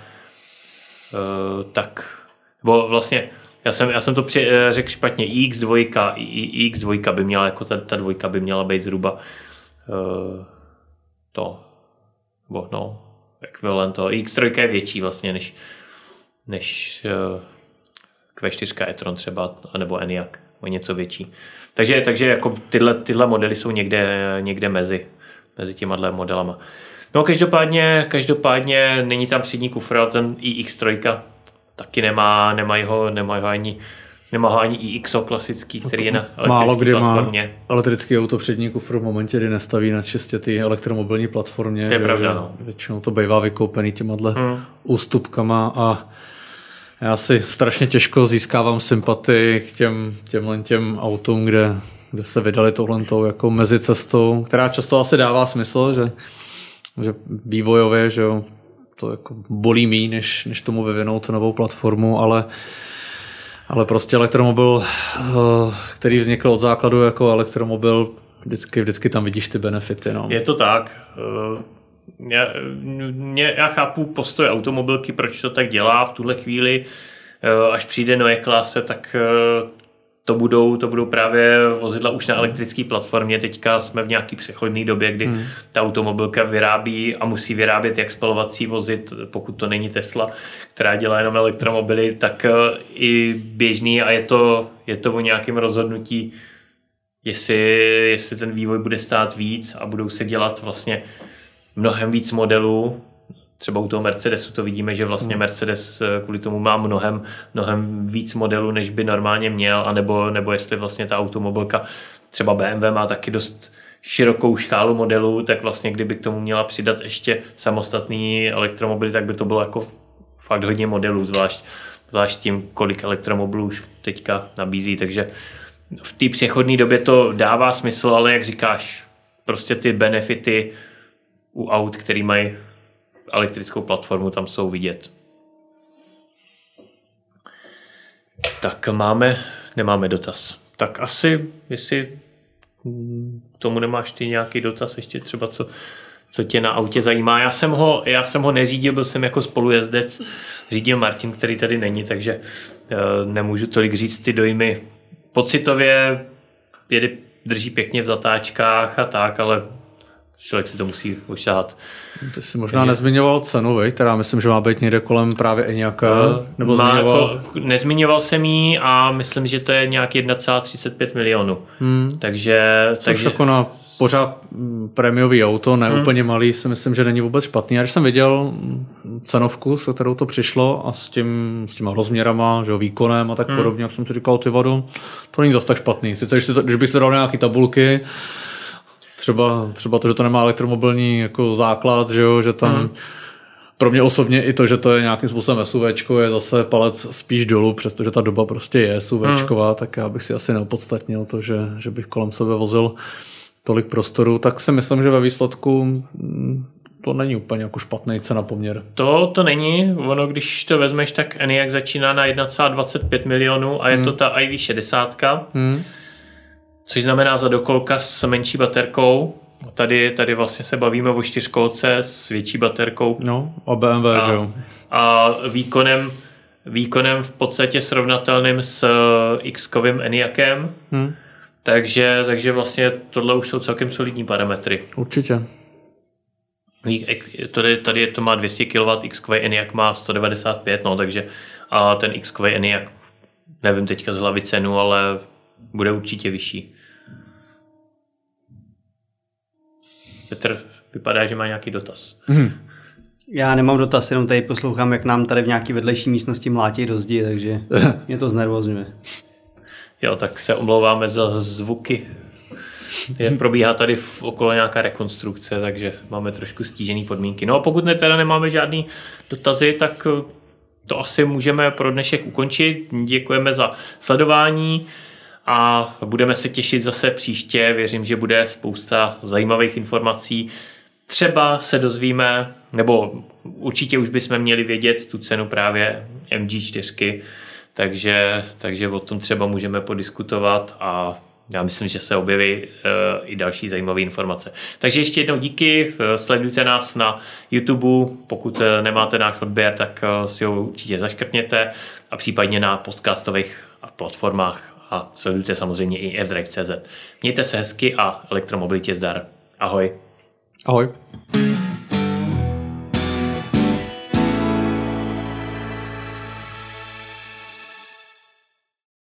uh, tak, bo vlastně já jsem, já jsem to při, uh, řekl špatně, i X dva, i, i X dva by měla, jako ta, ta dvojka by měla být zhruba uh, to, bo no, ekvivalent toho. X tři je větší vlastně než, než uh, Q čtyři e-tron třeba, nebo Enyaq, o něco větší. Takže, takže jako tyhle, tyhle modely jsou někde, někde mezi, mezi těma modelama. No každopádně, každopádně není tam přední kufr, ale ten i X tři taky nemá, nemá ho, nemá ho ani Nemá ho ani i X O klasický, který je na elektrické Málo kdy platformě. Má elektrický auto přední kufr v momentě, kdy nestaví na čistě ty elektromobilní platformě. To je že, pravda, že no. Většinou to bývá vykoupený těma hmm. ústupkama a já si strašně těžko získávám sympatii k těm, těmhle těm autům, kde, kde se vydali touhlentou jako mezicestou, která často asi dává smysl, že, že vývojově, že jo, to jako bolí míň, než, než tomu vyvinout novou platformu, ale Ale prostě elektromobil, který vznikl od základu jako elektromobil, vždycky, vždycky tam vidíš ty benefity. No. Je to tak. Já, mě, já chápu postoj automobilky, proč to tak dělá v tuhle chvíli. Až přijde Neue Klasse, tak to budou, to budou právě vozidla už na elektrické platformě. Teďka jsme v nějaký přechodné době, kdy hmm. ta automobilka vyrábí a musí vyrábět jak spalovací vozit, pokud to není Tesla, která dělá jenom elektromobily, tak i běžný a je to, je to o nějakém rozhodnutí, jestli, jestli ten vývoj bude stát víc a budou se dělat vlastně mnohem víc modelů. Třeba u toho Mercedesu to vidíme, že vlastně Mercedes kvůli tomu má mnohem, mnohem víc modelů, než by normálně měl, anebo, nebo jestli vlastně ta automobilka, třeba B M W má taky dost širokou škálu modelů, tak vlastně kdyby k tomu měla přidat ještě samostatný elektromobily, tak by to bylo jako fakt hodně modelů, zvlášť, zvlášť tím, kolik elektromobilů už teďka nabízí, takže v té přechodné době to dává smysl, ale jak říkáš, prostě ty benefity u aut, který mají elektrickou platformu, tam jsou vidět. Tak máme, nemáme dotaz. Tak asi, jestli tomu nemáš ty nějaký dotaz ještě třeba, co, co tě na autě zajímá. Já jsem ho, já jsem ho neřídil, byl jsem jako spolujezdec, řídil Martin, který tady není, takže uh, nemůžu tolik říct ty dojmy. Pocitově jede, drží pěkně v zatáčkách a tak, ale člověk si to musí ošahat. Ty jsi možná takže... nezmiňoval cenu, vej, která myslím, že má být někde kolem právě Enyaqua, nebo má zmiňoval... Jako, nezmiňoval jsem jí a myslím, že to je nějak jedna celá třicet pět milionů. Hmm. Takže... Což takže... jako na pořád prémiový auto, ne hmm. úplně malý, si myslím, že není vůbec špatný. A když jsem viděl cenovku, se kterou to přišlo a s, tím, s těma rozměrama, že jo, výkonem a tak hmm. podobně, jak jsem si říkal, ty vado, to není zas tak špatný. Sice, když, to, když bych se dal nějaký tabulky, Třeba, třeba to, že to nemá elektromobilní jako základ, že, jo, že tam hmm. pro mě osobně i to, že to je nějakým způsobem SUVčko, je zase palec spíš dolů, přestože ta doba prostě je SUVčková, hmm. tak já bych si asi neopodstatnil to, že, že bych kolem sebe vozil tolik prostoru, tak si myslím, že ve výsledku to není úplně jako špatný cena poměr. To, to není, ono když to vezmeš, tak Enyaq začíná na jedna celá dvacet pět milionů a je hmm. to ta i vé šedesát. Hmm. Což znamená za dokolka s menší baterkou. Tady, tady vlastně se bavíme o čtyřkolce s větší baterkou. No, a B M W, a, že jo. A výkonem, výkonem v podstatě srovnatelným s X-kovým Enyaqem. Hmm. Takže, takže vlastně tohle už jsou celkem solidní parametry. Určitě. Tady, tady to má dvě stě kilowattů, X-kový Enyaq má sto devadesát pět, no, takže a ten X-kový Enyaq, nevím teďka z hlavy cenu, ale bude určitě vyšší. Petr vypadá, že má nějaký dotaz. Hmm. Já nemám dotaz, jenom tady poslouchám, jak nám tady v nějaké vedlejší místnosti mlátí do zdi, takže mě to znervozňuje. Jo, tak se omlouváme za zvuky. Je, probíhá tady v okolo nějaká rekonstrukce, takže máme trošku stížené podmínky. No a pokud ne, teda nemáme žádný dotazy, tak to asi můžeme pro dnešek ukončit. Děkujeme za sledování a budeme se těšit zase příště. Věřím, že bude spousta zajímavých informací. Třeba se dozvíme, nebo určitě už bychom měli vědět tu cenu právě M G čtyři, takže, takže o tom třeba můžeme podiskutovat a já myslím, že se objeví uh, i další zajímavé informace. Takže ještě jednou díky, sledujte nás na YouTube, pokud nemáte náš odběr, tak uh, si ho určitě zaškrtněte a případně na podcastových platformách a sledujte samozřejmě i f drive tečka cz. Mějte se hezky a elektromobilitě zdar. Ahoj. Ahoj.